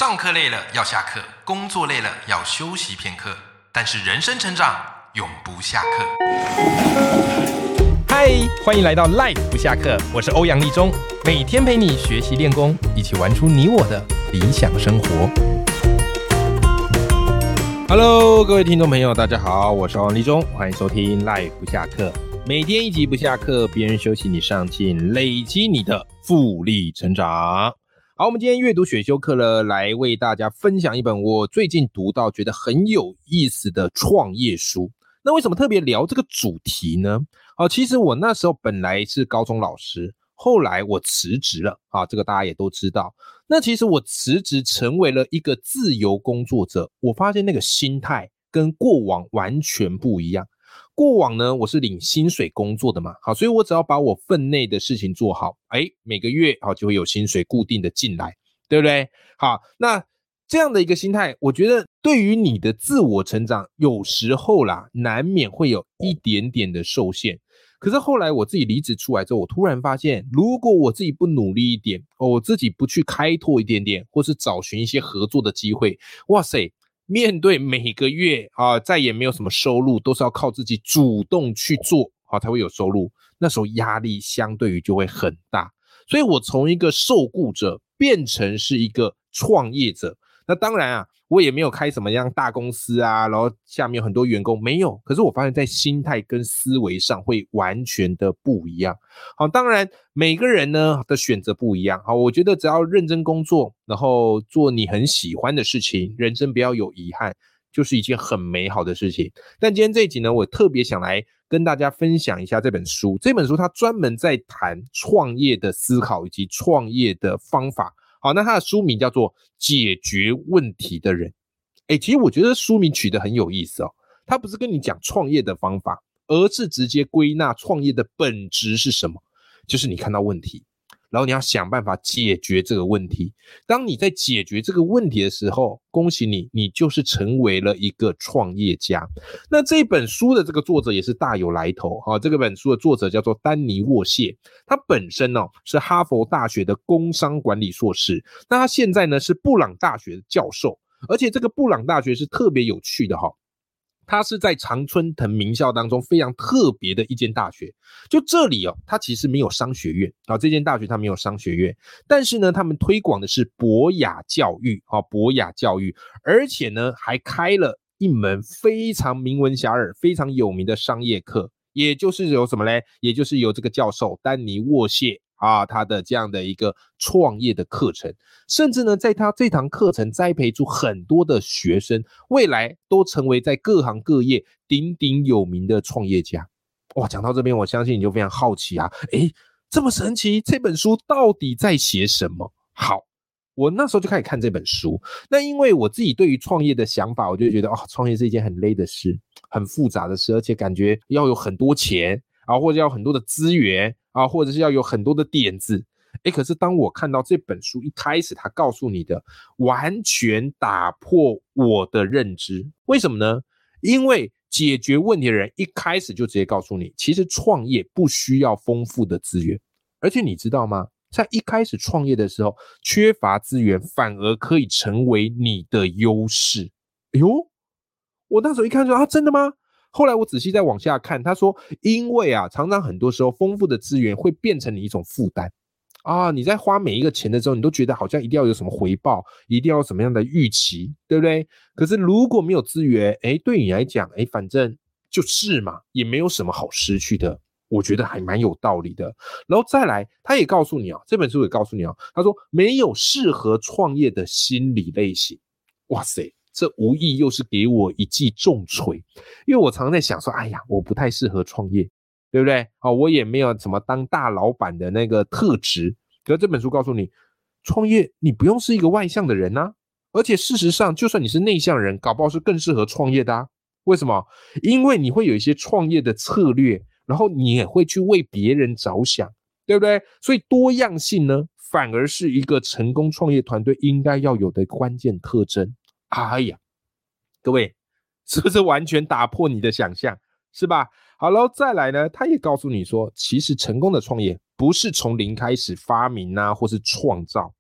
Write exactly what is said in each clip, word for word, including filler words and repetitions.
上课累了要下课，工作累了要休息片刻，但是人生成长永不下课。嗨，欢迎来到 Life 不下课，我是欧阳立中，每天陪你学习练功，一起玩出你我的理想生活。Hello， 各位听众朋友，大家好，我是欧阳立中，欢迎收听 Life 不下课。每天一集不下课，别人休息你上进，累积你的复利成长。好，我们今天阅读选修课呢，来为大家分享一本我最近读到觉得很有意思的创业书。那为什么特别聊这个主题呢？好，其实我那时候本来是高中老师，后来我辞职了啊，这个大家也都知道。那其实我辞职成为了一个自由工作者，我发现那个心态跟过往完全不一样。过往呢，我是领薪水工作的嘛，好，所以我只要把我分内的事情做好，哎，每个月好就会有薪水固定的进来，对不对？好，那这样的一个心态，我觉得对于你的自我成长，有时候啦，难免会有一点点的受限。可是后来我自己离职出来之后，我突然发现，如果我自己不努力一点，我自己不去开拓一点点，或是找寻一些合作的机会，哇塞！面对每个月啊，再也没有什么收入，都是要靠自己主动去做啊，才会有收入。那时候压力相对于就会很大，所以我从一个受雇者变成是一个创业者。那当然啊，我也没有开什么样大公司啊，然后下面有很多员工，没有。可是我发现在心态跟思维上会完全的不一样。好，当然每个人呢的选择不一样。好，我觉得只要认真工作，然后做你很喜欢的事情，人生不要有遗憾，就是一件很美好的事情。但今天这一集呢，我特别想来跟大家分享一下这本书。这本书它专门在谈创业的思考以及创业的方法。好，那它的书名叫做《解决问题的人》。诶，其实我觉得书名取得很有意思哦。它不是跟你讲创业的方法，而是直接归纳创业的本质是什么，就是你看到问题，然后你要想办法解决这个问题。当你在解决这个问题的时候，恭喜你，你就是成为了一个创业家。那这本书的这个作者也是大有来头啊，这个本书的作者叫做丹尼沃谢，他本身哦是哈佛大学的工商管理硕士，那他现在呢是布朗大学的教授，而且这个布朗大学是特别有趣的哈、哦。它是在常春藤名校当中非常特别的一间大学，就这里哦，它其实没有商学院啊，这间大学它没有商学院，但是呢，他们推广的是博雅教育啊，博雅教育，而且呢，还开了一门非常名闻遐迩、非常有名的商业课，也就是由什么嘞？也就是由这个教授丹尼沃谢啊，他的这样的一个创业的课程，甚至呢，在他这堂课程栽培出很多的学生，未来都成为在各行各业鼎鼎有名的创业家。哇，讲到这边，我相信你就非常好奇啊，诶，这么神奇，这本书到底在写什么？好，我那时候就开始看这本书。那因为我自己对于创业的想法，我就觉得哦，创业是一件很累的事，很复杂的事，而且感觉要有很多钱啊，或者要很多的资源啊，或者是要有很多的点子。诶，可是当我看到这本书一开始他告诉你的，完全打破我的认知。为什么呢？因为解决问题的人一开始就直接告诉你，其实创业不需要丰富的资源，而且你知道吗？在一开始创业的时候，缺乏资源反而可以成为你的优势。哎呦，我那时候一看说啊，真的吗？后来我仔细再往下看，他说，因为啊，常常很多时候丰富的资源会变成你一种负担啊，你在花每一个钱的时候，你都觉得好像一定要有什么回报，一定要有什么样的预期，对不对？可是如果没有资源，诶，对你来讲，诶，反正就是嘛，也没有什么好失去的。我觉得还蛮有道理的。然后再来，他也告诉你啊，这本书也告诉你啊，他说没有适合创业的心理类型。哇塞！这无疑又是给我一记重锤，因为我常常在想说，哎呀，我不太适合创业，对不对？哦，我也没有什么当大老板的那个特质。可是这本书告诉你，创业你不用是一个外向的人啊，而且事实上，就算你是内向人，搞不好是更适合创业的啊。为什么？因为你会有一些创业的策略，然后你也会去为别人着想，对不对？所以多样性呢，反而是一个成功创业团队应该要有的关键特征。哎呀，各位，是不是完全打破你的想象，是吧？好了，再来呢，他也告诉你说，其实成功的创业不是从零开始发明啊，或是创造，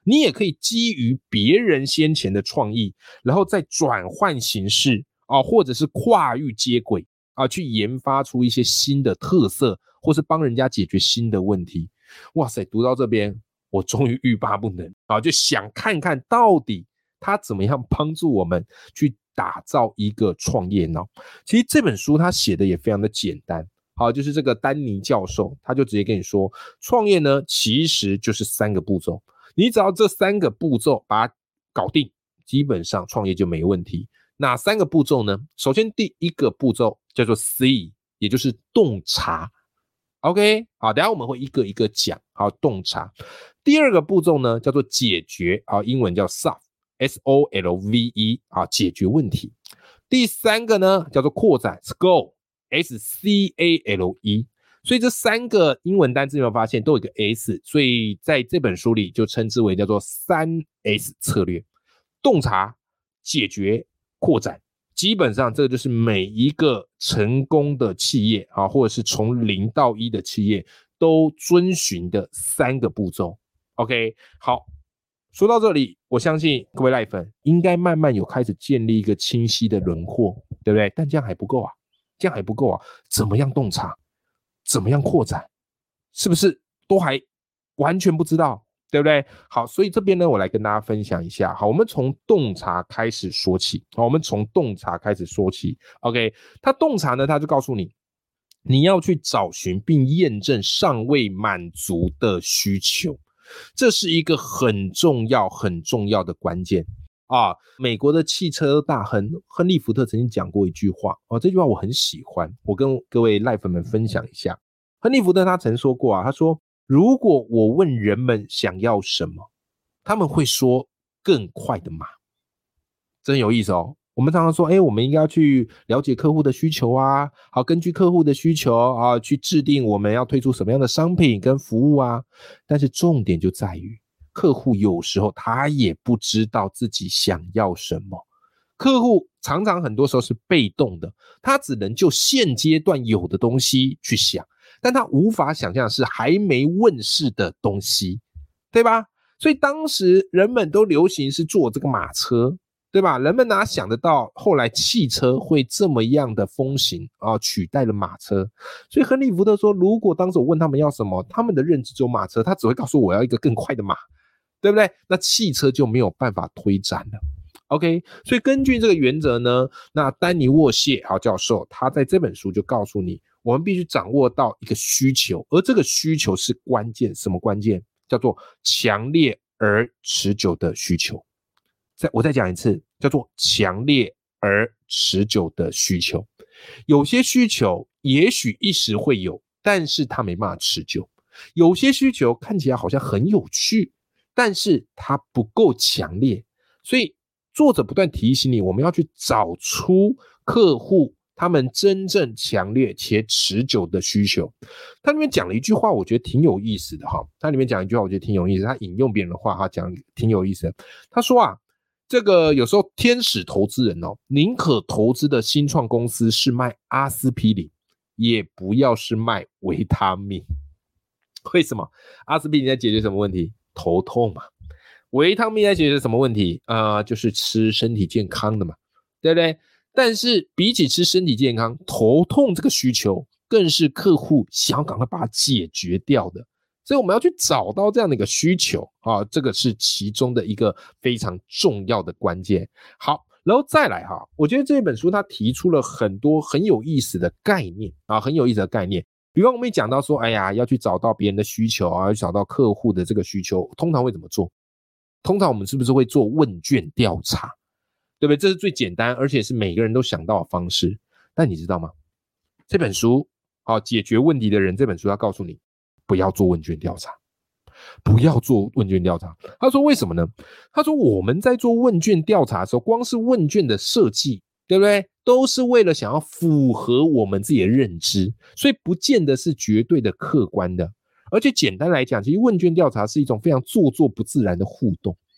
你也可以基于别人先前的创意，然后再转换形式啊，或者是跨域接轨啊，去研发出一些新的特色，或是帮人家解决新的问题。哇塞，读到这边，我终于欲罢不能啊，就想看看到底他怎么样帮助我们去打造一个创业脑。其实这本书他写的也非常的简单，好，就是这个丹尼教授，他就直接跟你说，创业呢其实就是三个步骤，你只要这三个步骤把它搞定，基本上创业就没问题。哪三个步骤呢？首先第一个步骤叫做 C， 也就是洞察。OK， 好，等一下我们会一个一个讲，好，洞察。第二个步骤呢叫做解决，好，英文叫 solve。S O L V E 啊，解决问题。第三个呢叫做扩展 Scale S C A L E， 所以这三个英文单字有没有发现都有一个 S， 所以在这本书里就称之为叫做三 S 策略：洞察、解决、扩展。基本上这个就是每一个成功的企业啊，或者是从零到一的企业都遵循的三个步骤。OK， 好。说到这里，我相信各位赖粉应该慢慢有开始建立一个清晰的轮廓，对不对？但这样还不够啊，这样还不够啊！怎么样洞察？怎么样扩展？是不是都还完全不知道，对不对？好，所以这边呢，我来跟大家分享一下。好，我们从洞察开始说起。好，我们从洞察开始说起。OK， 他洞察呢，他就告诉你，你要去找寻并验证尚未满足的需求。这是一个很重要很重要的关键啊！美国的汽车大亨亨利·福特曾经讲过一句话哦，这句话我很喜欢，我跟各位赖粉们分享一下。亨利·福特他曾说过啊，他说：“如果我问人们想要什么，他们会说更快的马。”真有意思哦。我们常常说，哎，我们应该要去了解客户的需求啊，好，根据客户的需求啊，去制定我们要推出什么样的商品跟服务啊。但是重点就在于，客户有时候他也不知道自己想要什么。客户常常很多时候是被动的，他只能就现阶段有的东西去想，但他无法想象的是还没问世的东西，对吧？所以当时人们都流行是坐这个马车，对吧？人们哪想得到后来汽车会这么样的风行啊，取代了马车。所以亨利·福特说，如果当时我问他们要什么，他们的认知只有马车，他只会告诉我要一个更快的马，对不对？那汽车就没有办法推展了。OK， 所以根据这个原则呢，那丹尼沃谢好教授他在这本书就告诉你，我们必须掌握到一个需求，而这个需求是关键，什么关键？叫做强烈而持久的需求。再我再讲一次，叫做强烈而持久的需求。有些需求也许一时会有，但是它没办法持久。有些需求看起来好像很有趣，但是它不够强烈。所以作者不断提醒你，我们要去找出客户他们真正强烈且持久的需求。他里面讲了一句话，我觉得挺有意思的哈。他里面讲一句话，我觉得挺有意思。他引用别人的话，他讲挺有意思的。他说啊，这个有时候天使投资人哦，宁可投资的新创公司是卖阿司匹林，也不要是卖维他命。为什么？阿司匹林在解决什么问题？头痛嘛。维他命在解决什么问题？呃，就是吃身体健康的嘛，对不对？但是比起吃身体健康，头痛这个需求更是客户想要赶快把它解决掉的。所以我们要去找到这样的一个需求啊，这个是其中的一个非常重要的关键。好，然后再来哈，我觉得这本书它提出了很多很有意思的概念啊，很有意思的概念。比方我们也讲到说，哎呀，要去找到别人的需求啊，要去找到客户的这个需求，通常会怎么做？通常我们是不是会做问卷调查？对不对？这是最简单，而且是每个人都想到的方式。但你知道吗？这本书啊，解决问题的人这本书要告诉你，不要做问卷调查，不要做问卷调查。他说为什么呢？他说我们在做问卷调查的时候，光是问卷的设计，对不对？都是为了想要符合我们自己的认知，所以不见得是绝对的客观的。而且简单来讲，其实问卷调查是一种非常做作不自然的互动。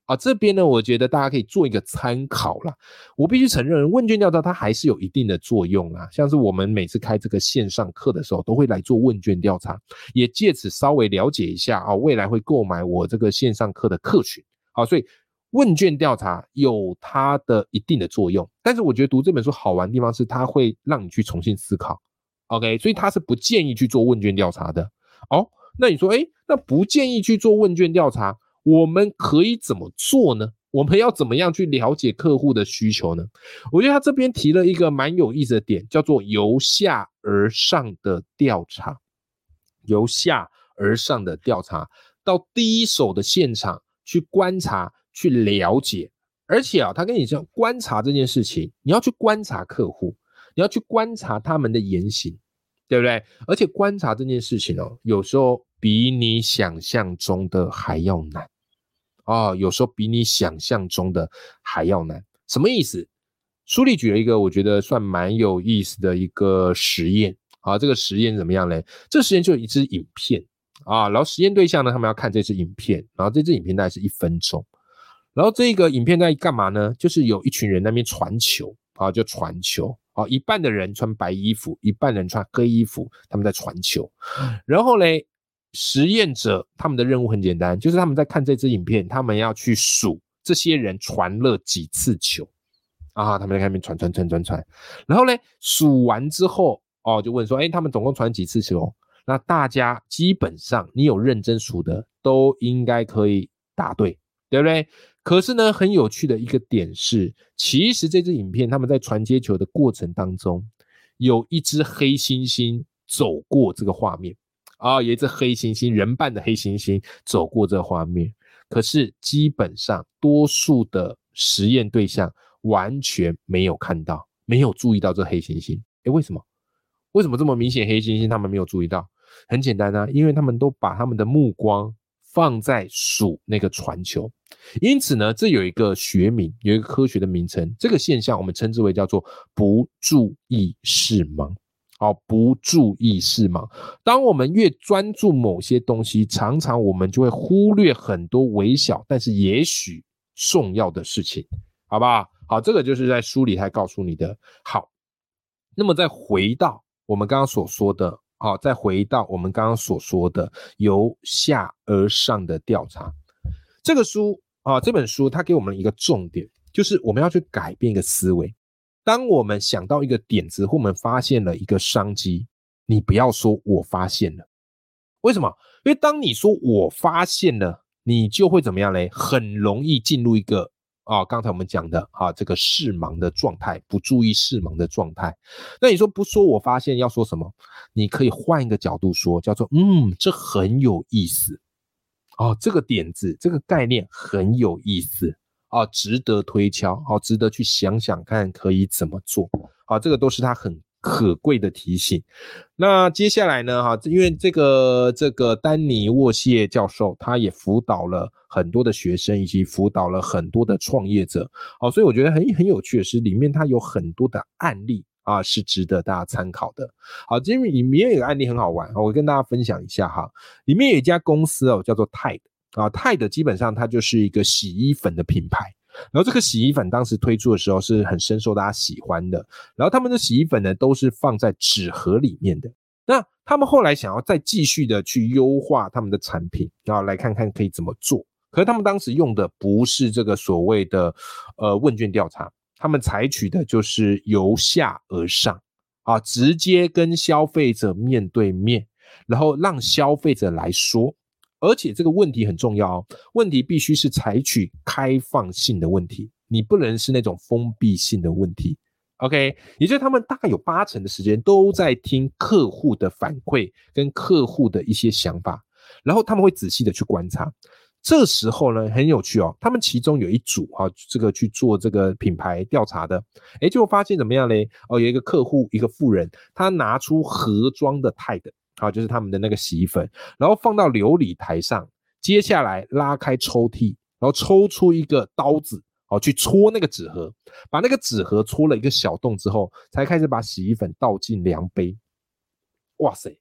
啊，这边呢，我觉得大家可以做一个参考啦。我必须承认，问卷调查它还是有一定的作用啦。像是我们每次开这个线上课的时候，都会来做问卷调查，也借此稍微了解一下啊，未来会购买我这个线上课的客群。好，所以问卷调查有它的一定的作用，但是我觉得读这本书好玩的地方是，它会让你去重新思考。OK， 所以它是不建议去做问卷调查的。哦，那你说，诶，那不建议去做问卷调查，我们可以怎么做呢？我们要怎么样去了解客户的需求呢？我觉得他这边提了一个蛮有意思的点，叫做由下而上的调查。由下而上的调查，到第一手的现场去观察、去了解。而且啊，他跟你讲观察这件事情，你要去观察客户，你要去观察他们的言行，对不对？而且观察这件事情哦，有时候比你想象中的还要难。哦，有时候比你想象中的还要难。什么意思？书里举了一个我觉得算蛮有意思的一个实验。啊，这个实验怎么样呢？这个实验就有一支影片啊，然后实验对象呢，他们要看这支影片，然后这支影片大概是一分钟。然后这个影片在干嘛呢？就是有一群人在那边传球啊，就传球啊，一半的人穿白衣服，一半人穿黑衣服，他们在传球。然后嘞，实验者他们的任务很简单，就是他们在看这支影片，他们要去数这些人传了几次球啊，他们在那边传传传传传，然后呢，数完之后哦，就问说，哎，他们总共传几次球？那大家基本上你有认真数的，都应该可以答对，对不对？可是呢，很有趣的一个点是，其实这支影片他们在传接球的过程当中，有一只黑猩猩走过这个画面。啊、哦，有一只黑猩猩，人扮的黑猩猩走过这个画面，可是基本上多数的实验对象完全没有看到，没有注意到这黑猩猩。诶，为什么？为什么这么明显黑猩猩他们没有注意到？很简单啊，因为他们都把他们的目光放在数那个传球。因此呢，这有一个学名，有一个科学的名称，这个现象我们称之为叫做不注意视盲。好，不注意视盲。当我们越专注某些东西，常常我们就会忽略很多微小但是也许重要的事情，好不好？好，这个就是在书里还告诉你的。好，那么再回到我们刚刚所说的，好，再回到我们刚刚所说的由下而上的调查。这个书啊，这本书它给我们一个重点，就是我们要去改变一个思维。当我们想到一个点子，或我们发现了一个商机，你不要说我发现了。为什么？因为当你说我发现了，你就会怎么样呢？很容易进入一个啊，刚才我们讲的啊，这个视盲的状态，不注意视盲的状态。那你说不说我发现，要说什么？你可以换一个角度说，叫做嗯，这很有意思。哦，这个点子，这个概念很有意思。啊，值得推敲，好，值得去想想看可以怎么做。好，这个都是他很可贵的提醒。那接下来呢，哈，因为这个这个丹尼沃谢教授，他也辅导了很多的学生，以及辅导了很多的创业者。好，所以我觉得很很有趣的是，里面他有很多的案例啊，是值得大家参考的。好，这里面有一个案例很好玩，我跟大家分享一下哈。里面有一家公司哦，叫做 Tide。啊，泰的基本上它就是一个洗衣粉的品牌，然后这个洗衣粉当时推出的时候是很深受大家喜欢的，然后他们的洗衣粉呢都是放在纸盒里面的。那他们后来想要再继续的去优化他们的产品，然后来看看可以怎么做。可是他们当时用的不是这个所谓的呃问卷调查，他们采取的就是由下而上啊，直接跟消费者面对面，然后让消费者来说。而且这个问题很重要哦，问题必须是采取开放性的问题，你不能是那种封闭性的问题。OK， 也就是他们大概有八成的时间都在听客户的反馈跟客户的一些想法，然后他们会仔细的去观察。这时候呢，很有趣哦，他们其中有一组啊，这个去做这个品牌调查的，诶，结果发现怎么样嘞？哦，有一个客户，一个妇人，他拿出盒装的Tide。好，就是他们的那个洗衣粉，然后放到流理台上，接下来拉开抽屉，然后抽出一个刀子，好去戳那个纸盒，把那个纸盒戳了一个小洞之后，才开始把洗衣粉倒进量杯。哇塞，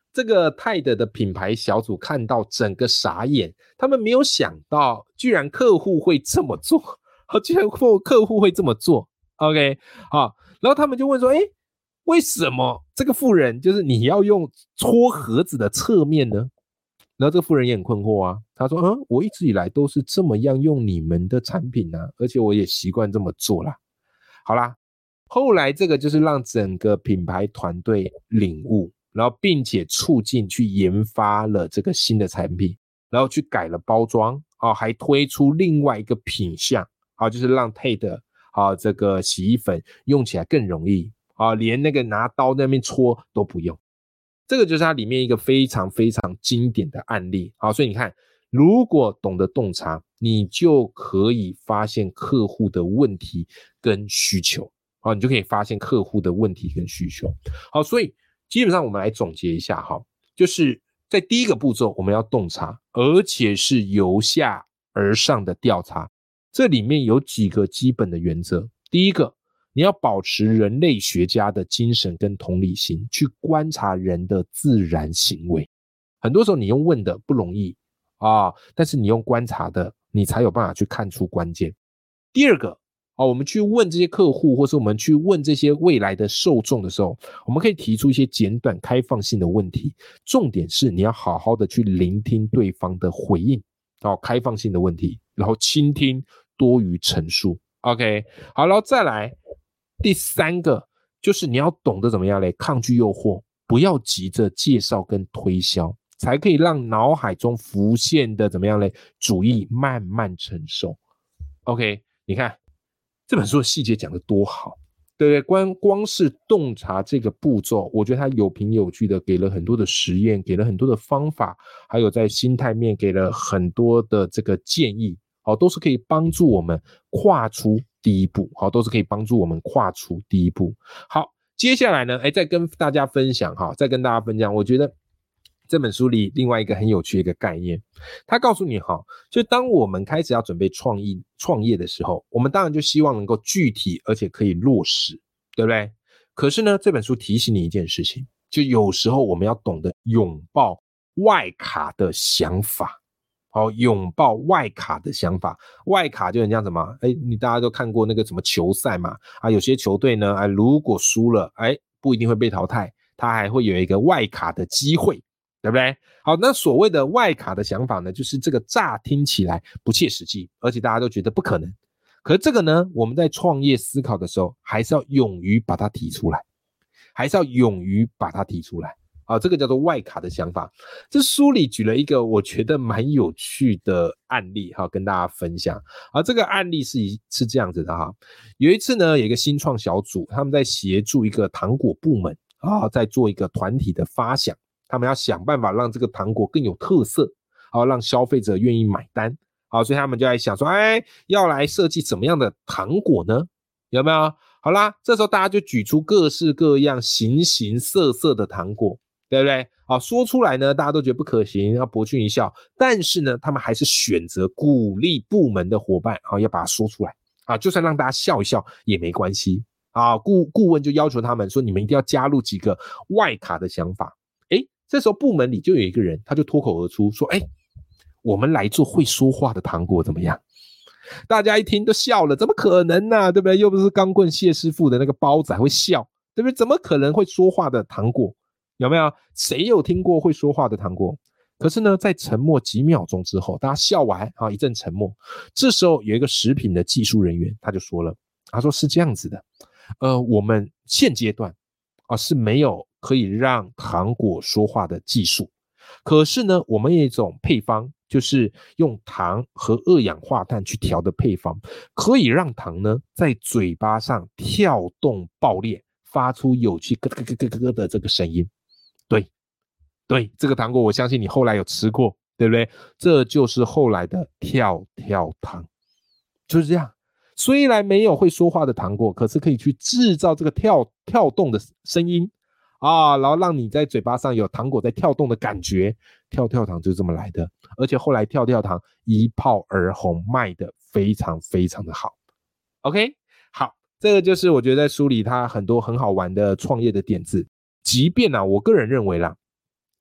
这个泰德的品牌小组看到整个傻眼，他们没有想到居然客户会这么做，居然客户会这么做 OK 好，然后他们就问说，诶，为什么这个富人就是你要用戳盒子的侧面呢？然后这个富人也很困惑啊，他说嗯，我一直以来都是这么样用你们的产品啊，而且我也习惯这么做啦。好啦，后来这个就是让整个品牌团队领悟，然后并且促进去研发了这个新的产品，然后去改了包装、哦、还推出另外一个品项、哦、就是让 Tide、哦、这个洗衣粉用起来更容易、哦、连那个拿刀在那边搓都不用。这个就是它里面一个非常非常经典的案例。好，所以你看，如果懂得洞察，你就可以发现客户的问题跟需求。好，你就可以发现客户的问题跟需求。好，所以基本上我们来总结一下哈，就是在第一个步骤我们要洞察，而且是由下而上的调查。这里面有几个基本的原则。第一个，你要保持人类学家的精神跟同理心，去观察人的自然行为。很多时候你用问的不容易啊，但是你用观察的，你才有办法去看出关键。第二个，啊，我们去问这些客户，或是我们去问这些未来的受众的时候，我们可以提出一些简短开放性的问题，重点是你要好好的去聆听对方的回应，啊，开放性的问题，然后倾听多于陈述。OK， 好，然后再来第三个，就是你要懂得怎么样嘞，抗拒诱惑，不要急着介绍跟推销，才可以让脑海中浮现的怎么样嘞，主意慢慢承受。OK， 你看这本书的细节讲得多好，对不对？光光是洞察这个步骤，我觉得它有凭有据的给了很多的实验，给了很多的方法，还有在心态面给了很多的这个建议，好，都是可以帮助我们跨出第一步，好，都是可以帮助我们跨出第一步。好，接下来呢，哎，再跟大家分享哈，再跟大家分享，我觉得这本书里另外一个很有趣的一个概念，他告诉你哈，就当我们开始要准备创意创业的时候，我们当然就希望能够具体而且可以落实，对不对？可是呢，这本书提醒你一件事情，就有时候我们要懂得拥抱外卡的想法。好，拥抱外卡的想法，外卡就很像什么？哎，你大家都看过那个什么球赛嘛？啊，有些球队呢，哎，如果输了，哎，不一定会被淘汰，他还会有一个外卡的机会，对不对？好，那所谓的外卡的想法呢，就是这个乍听起来不切实际，而且大家都觉得不可能。可是这个呢，我们在创业思考的时候，还是要勇于把它提出来，还是要勇于把它提出来。啊，这个叫做外卡的想法。这书里举了一个我觉得蛮有趣的案例哈，跟大家分享。啊，这个案例是是这样子的哈，有一次呢，有一个新创小组，他们在协助一个糖果部门啊，在做一个团体的发想，他们要想办法让这个糖果更有特色，啊，让消费者愿意买单。好，所以他们就在想说，哎，要来设计怎么样的糖果呢？有没有？好啦，这时候大家就举出各式各样、形形色色的糖果。对不对？好，说出来呢，大家都觉得不可行，要博君一笑。但是呢，他们还是选择鼓励部门的伙伴，好，要把它说出来啊，就算让大家笑一笑也没关系啊。顾顾问就要求他们说，你们一定要加入几个外卡的想法。诶，这时候部门里就有一个人，他就脱口而出说，诶，我们来做会说话的糖果怎么样？大家一听都笑了，怎么可能呢、啊？对不对？又不是钢棍谢师傅的那个包子还会笑，对不对？怎么可能会说话的糖果？有没有？谁有听过会说话的糖果？可是呢，在沉默几秒钟之后，大家笑完啊，一阵沉默。这时候有一个食品的技术人员，他就说了，他说是这样子的，呃，我们现阶段啊是没有可以让糖果说话的技术，可是呢，我们有一种配方，就是用糖和二氧化碳去调的配方，可以让糖呢在嘴巴上跳动爆裂，发出有趣咯咯咯咯咯的这个声音。对对，这个糖果我相信你后来有吃过，对不对？这就是后来的跳跳糖，就是这样。虽然没有会说话的糖果，可是可以去制造这个跳跳动的声音啊，然后让你在嘴巴上有糖果在跳动的感觉。跳跳糖就是这么来的，而且后来跳跳糖一炮而红，卖的非常非常的好。OK， 好，这个就是我觉得在书里它很多很好玩的创业的点子。即便啊，我个人认为啦，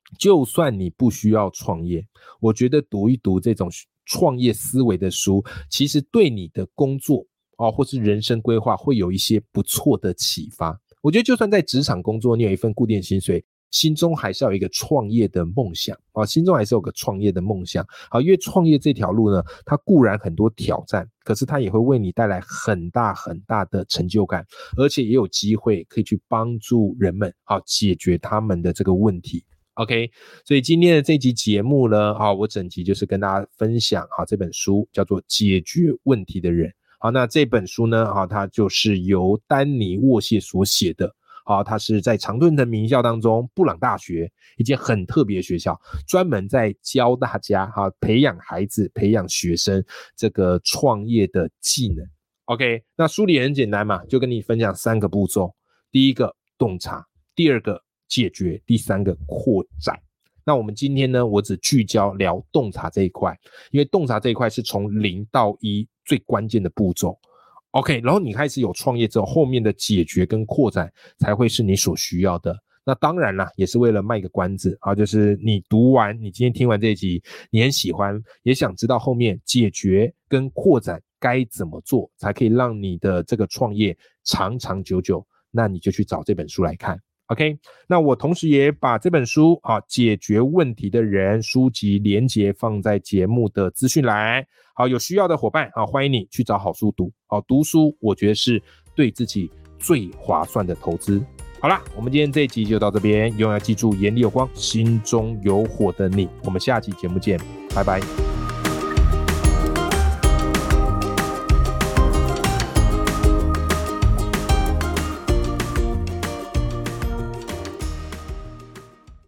就算你不需要创业，我觉得读一读这种创业思维的书，其实对你的工作哦，或是人生规划会有一些不错的启发。我觉得就算在职场工作，你有一份固定薪水，心中还是要有一个创业的梦想啊，心中还是有个创业的梦想啊，因为创业这条路呢，它固然很多挑战，可是它也会为你带来很大很大的成就感，而且也有机会可以去帮助人们啊解决他们的这个问题。OK， 所以今天的这集节目呢，啊，我整集就是跟大家分享啊这本书叫做《解决问题的人》。好，那这本书呢，啊，它就是由丹尼沃谢所写的。好，它是在常春藤名校当中，布朗大学一间很特别的学校，专门在教大家哈培养孩子、培养学生这个创业的技能。OK， 那书里很简单嘛，就跟你分享三个步骤：第一个洞察，第二个解决，第三个扩展。那我们今天呢，我只聚焦聊洞察这一块，因为洞察这一块是从零到一最关键的步骤。OK， 然后你开始有创业之后，后面的解决跟扩展才会是你所需要的。那当然啦，也是为了卖个关子啊，就是你读完，你今天听完这一集，你很喜欢，也想知道后面解决跟扩展该怎么做，才可以让你的这个创业长长久久，那你就去找这本书来看。OK， 那我同时也把这本书啊解决问题的人书籍连结放在节目的资讯栏。好，有需要的伙伴啊，欢迎你去找好书读。好，读书我觉得是对自己最划算的投资。好啦，我们今天这一集就到这边，永远要记住眼里有光，心中有火的你。我们下期节目见，拜拜。